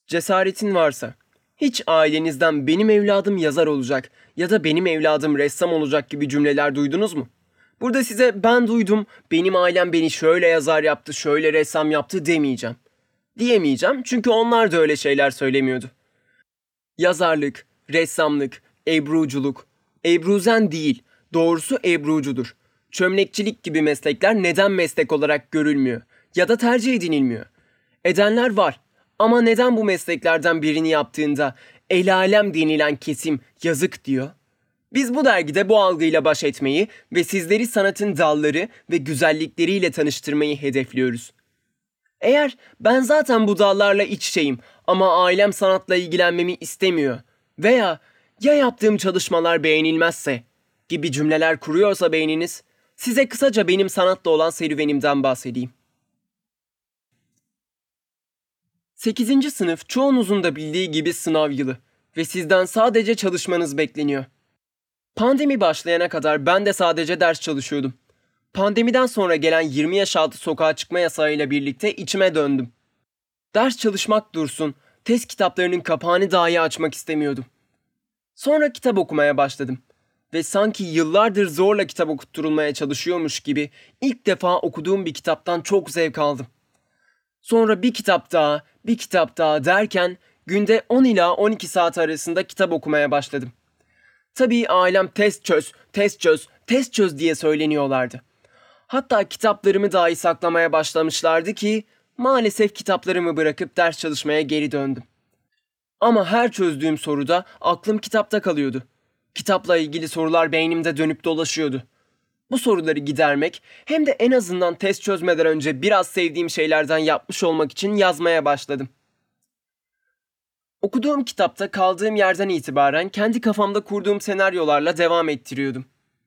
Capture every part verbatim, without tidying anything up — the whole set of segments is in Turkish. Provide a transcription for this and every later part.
Cesaretin varsa, hiç ailenizden benim evladım yazar olacak ya da benim evladım ressam olacak gibi cümleler duydunuz mu? Burada size ben duydum, benim ailem beni şöyle yazar yaptı, şöyle ressam yaptı demeyeceğim. Diyemeyeceğim çünkü onlar da öyle şeyler söylemiyordu. Yazarlık, ressamlık, ebruculuk, ebruzen değil, doğrusu ebrucudur. Çömlekçilik gibi meslekler neden meslek olarak görülmüyor ya da tercih edilmiyor? Edenler var ama neden bu mesleklerden birini yaptığında el alem denilen kesim yazık diyor? Biz bu dergide bu algıyla baş etmeyi ve sizleri sanatın dalları ve güzellikleriyle tanıştırmayı hedefliyoruz. Eğer ben zaten bu dallarla iç içeyim ama ailem sanatla ilgilenmemi istemiyor veya ya yaptığım çalışmalar beğenilmezse gibi cümleler kuruyorsa beyniniz, size kısaca benim sanatla olan serüvenimden bahsedeyim. sekizinci sınıf çoğunuzun da bildiği gibi sınav yılı ve sizden sadece çalışmanız bekleniyor. Pandemi başlayana kadar ben de sadece ders çalışıyordum. Pandemiden sonra gelen yirmi yaş altı sokağa çıkma yasağıyla birlikte içime döndüm. Ders çalışmak dursun, test kitaplarının kapağını dahi açmak istemiyordum. Sonra kitap okumaya başladım. Ve sanki yıllardır zorla kitap okutturulmaya çalışıyormuş gibi ilk defa okuduğum bir kitaptan çok zevk aldım. Sonra bir kitap daha, bir kitap daha derken günde on ila on iki saat arasında kitap okumaya başladım. Tabii ailem test çöz, test çöz, test çöz diye söyleniyorlardı. Hatta kitaplarımı dahi saklamaya başlamışlardı ki maalesef kitaplarımı bırakıp ders çalışmaya geri döndüm. Ama her çözdüğüm soruda aklım kitapta kalıyordu. Kitapla ilgili sorular beynimde dönüp dolaşıyordu. Bu soruları gidermek hem de en azından test çözmeden önce biraz sevdiğim şeylerden yapmış olmak için yazmaya başladım. Okuduğum kitapta kaldığım yerden itibaren kendi kafamda kurduğum senaryolarla devam ettiriyordum.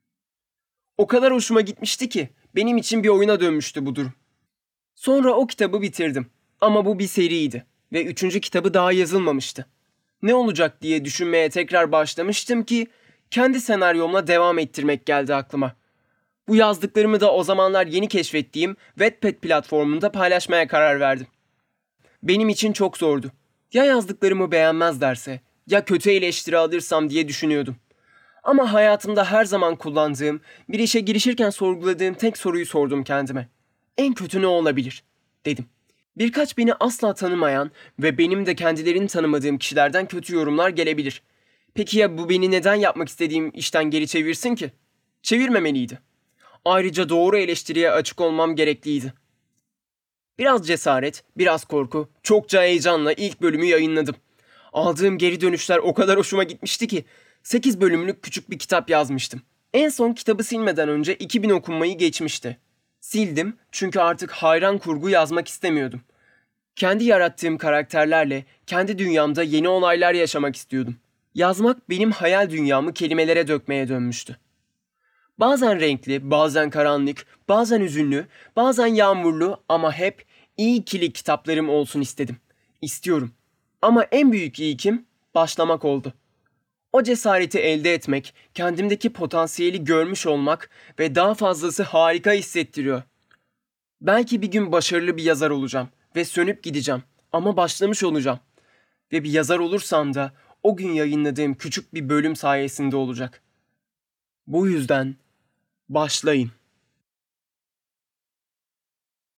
O kadar hoşuma gitmişti ki benim için bir oyuna dönmüştü bu durum. Sonra o kitabı bitirdim ama bu bir seriydi ve üçüncü kitabı daha yazılmamıştı. Ne olacak diye düşünmeye tekrar başlamıştım ki kendi senaryomla devam ettirmek geldi aklıma. Bu yazdıklarımı da o zamanlar yeni keşfettiğim Wattpad platformunda paylaşmaya karar verdim. Benim için çok zordu. Ya yazdıklarımı beğenmezlerse, ya kötü eleştiri alırsam diye düşünüyordum. Ama hayatımda her zaman kullandığım, bir işe girişirken sorguladığım tek soruyu sordum kendime. En kötü ne olabilir? Dedim. Birkaç beni asla tanımayan ve benim de kendilerini tanımadığım kişilerden kötü yorumlar gelebilir. Peki ya bu beni neden yapmak istediğim işten geri çevirsin ki? Çevirmemeliydi. Ayrıca doğru eleştiriye açık olmam gerekliydi. Biraz cesaret, biraz korku, çokça heyecanla ilk bölümü yayınladım. Aldığım geri dönüşler o kadar hoşuma gitmişti ki sekiz bölümlük küçük bir kitap yazmıştım. En son kitabı silmeden önce iki bin okunmayı geçmişti. Sildim çünkü artık hayran kurgu yazmak istemiyordum. Kendi yarattığım karakterlerle kendi dünyamda yeni olaylar yaşamak istiyordum. Yazmak benim hayal dünyamı kelimelere dökmeye dönmüştü. Bazen renkli, bazen karanlık, bazen hüzünlü, bazen yağmurlu ama hep iyi ikili kitaplarım olsun istedim. İstiyorum. Ama en büyük ilkim başlamak oldu. O cesareti elde etmek, kendimdeki potansiyeli görmüş olmak ve daha fazlası harika hissettiriyor. Belki bir gün başarılı bir yazar olacağım ve sönüp gideceğim ama başlamış olacağım. Ve bir yazar olursam da o gün yayınladığım küçük bir bölüm sayesinde olacak. Bu yüzden başlayın.